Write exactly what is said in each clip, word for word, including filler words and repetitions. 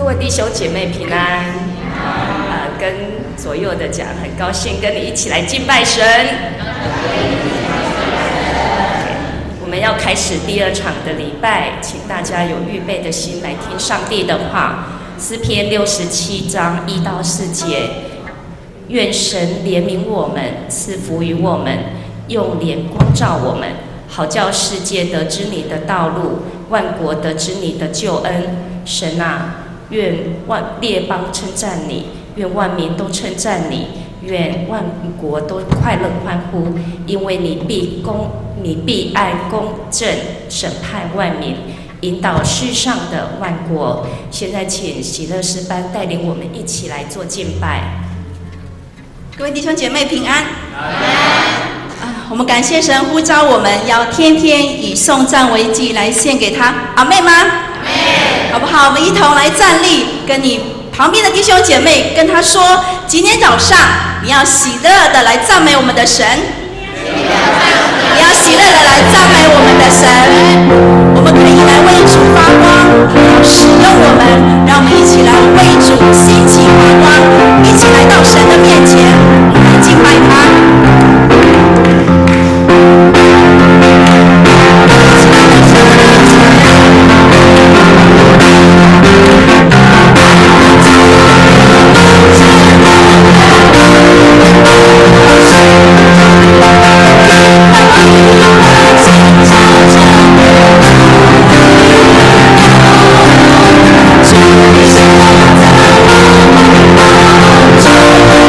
位弟兄姐妹平安。呃，跟左右的讲，很高兴跟你一起来敬拜神。我们要开始第二场的礼拜，请大家有预备的心来听上帝的话。诗篇六十七章一到四节，愿神怜悯我们，赐福于我们，用怜光照我们，好叫世界得知你的道路，万国得知你的救恩。神啊，愿万列邦称赞你，愿万民都称赞你，愿万国都快乐欢呼，因为你必公，你必按公正审判万民，引导世上的万国。现在请喜乐诗班带领我们一起来做敬拜。 各位弟兄姐妹平安。啊，我们感谢神呼召我们要天天以颂赞为祭来献给他。阿妹吗？好不好？我们一同来站立，跟你旁边的弟兄姐妹跟他说：今天早上你要喜乐的来赞美我们的神，你要喜乐的来赞美我们的神。我们可以来为主发光，使用我们，让我们一起来为主兴起发光，一起来到神的面前来敬拜他。 Thank you.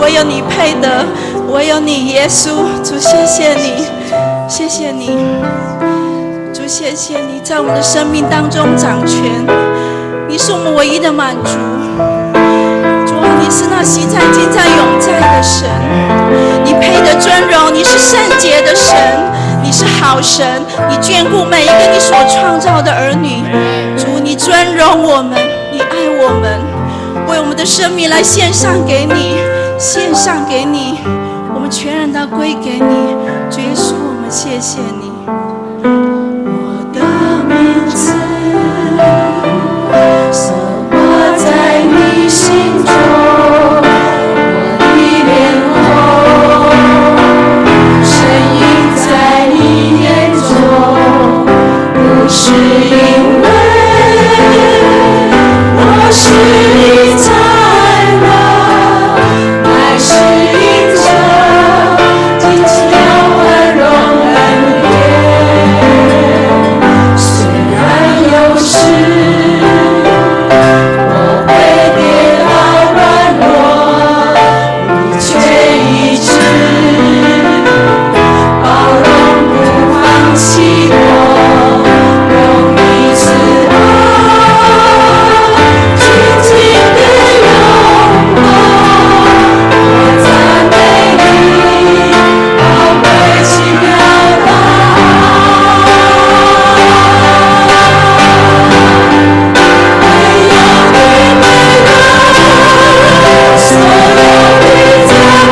唯有你配得，唯有你耶稣。主谢谢你，谢谢你，主谢谢你在我们的生命当中掌权，你是我们唯一的满足。主啊，你是那昔在今在永在的神，你配得尊荣，你是圣洁的神，你是好神，你眷顾每一个你所创造的儿女。主，你尊荣我们，你爱我们，为我们的生命来献上给你，献上给你，我们全然的归给你。主耶稣，我们谢谢你。我的名字刻画在你心中，我的脸红，声音在你眼中，不是因为我是你才华，乃是因着你奇妙宽容恩典。虽然有时我会跌倒软弱，你却一直包容不放弃我，用你慈爱紧紧地拥抱我，赞美你宝贵奇妙的爱。唯有你配得所有的赞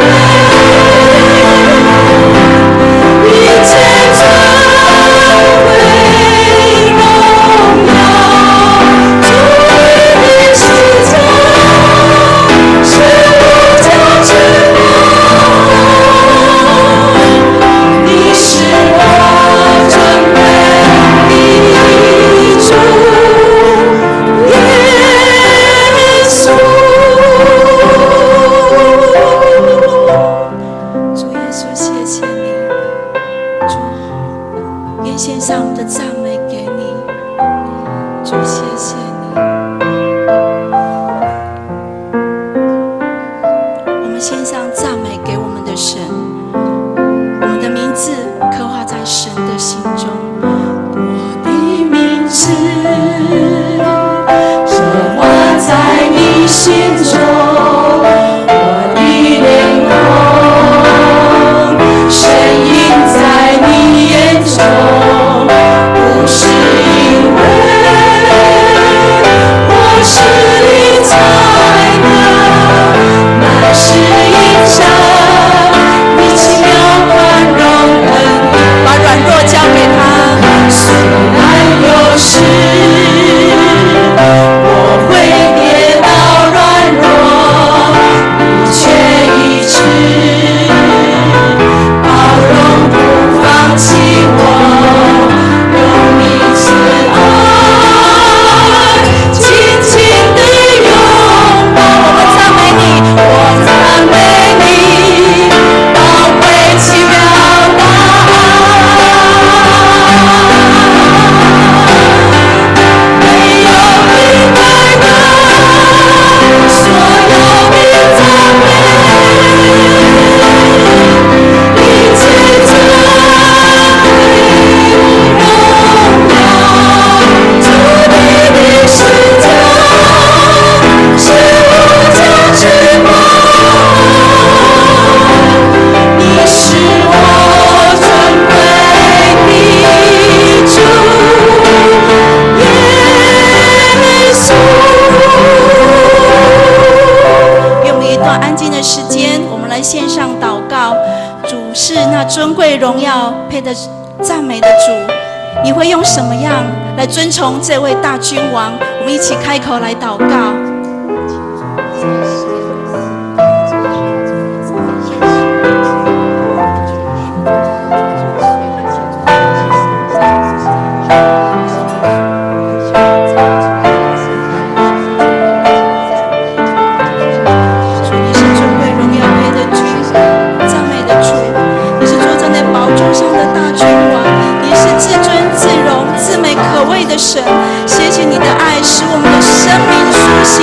美，一切尊贵荣耀，主你是家，是无价之宝，你是我尊贵的主耶稣。主耶稣，谢谢你，主，愿献上我们的赞美给你。主，谢谢你，我们献上赞美给我们的神，我们的名字刻画在神的心中。我的名字刻画在你心中，我的脸红，声音在你眼中，不是因为我是你才能，乃是因着你奇妙宽容恩典。把软弱交给他，虽然有时我会跌倒软弱，你却一直包容不放弃我，用你慈爱紧紧地拥抱我。们赞美你，我赞美你宝贵奇妙的爱，唯有你配得所有的赞美，一切尊贵荣耀，主你的十架是无价之宝，你是我尊贵的主耶稣。用一段安静的时间，我们来献上祷告。主是那尊贵荣耀配得赞美的主，你会用什么样来尊崇这位大君王？我们一起开口来祷告。主，你是尊贵荣耀配得君赞美的主，你是坐在那宝座上的大君王，你是至尊至荣至美可畏的神。谢谢你的爱，使我们的生命苏醒。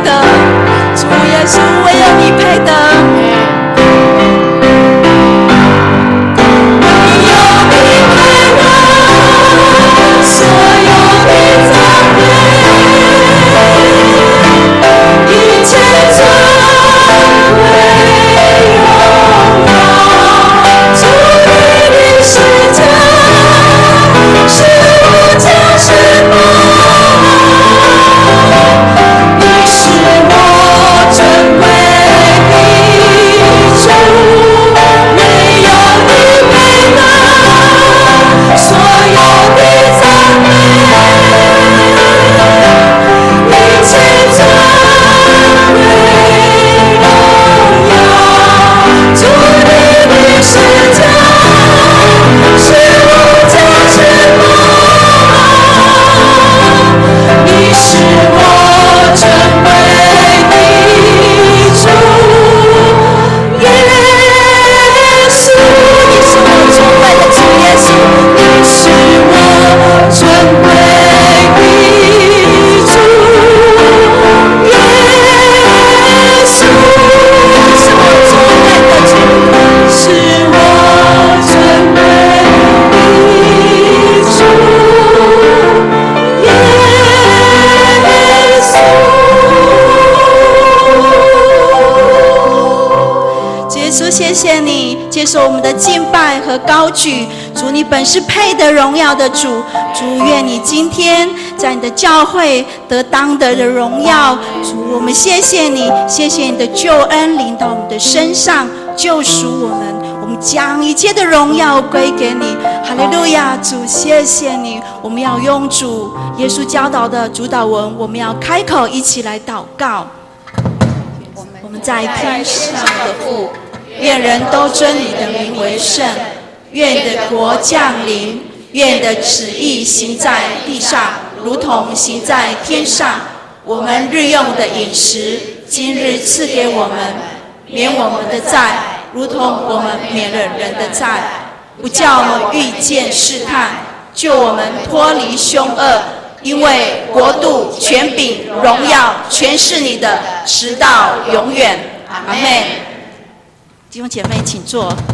得，主耶稣，唯有你配得。接受我们的敬拜和高举，主你本是配得荣耀的主，主愿你今天在你的教会得当得的荣耀，主我们谢谢你，谢谢你的救恩临到我们的身上，救赎我们，我们将一切的荣耀归给你，哈利路亚，主谢谢你，我们要用主耶稣教导的主导文，我们要开口一起来祷告。我们在天上的父，愿人都尊你的名为圣，愿你的国降临，愿你的旨意行在地上，如同行在天上。我们日用的饮食，今日赐给我们，免我们的债，如同我们免了人的债，不叫我们遇见试探，救我们脱离凶恶。因为国度、权柄、荣耀，全是你的，直到永远。阿们。弟兄姐妹，请坐。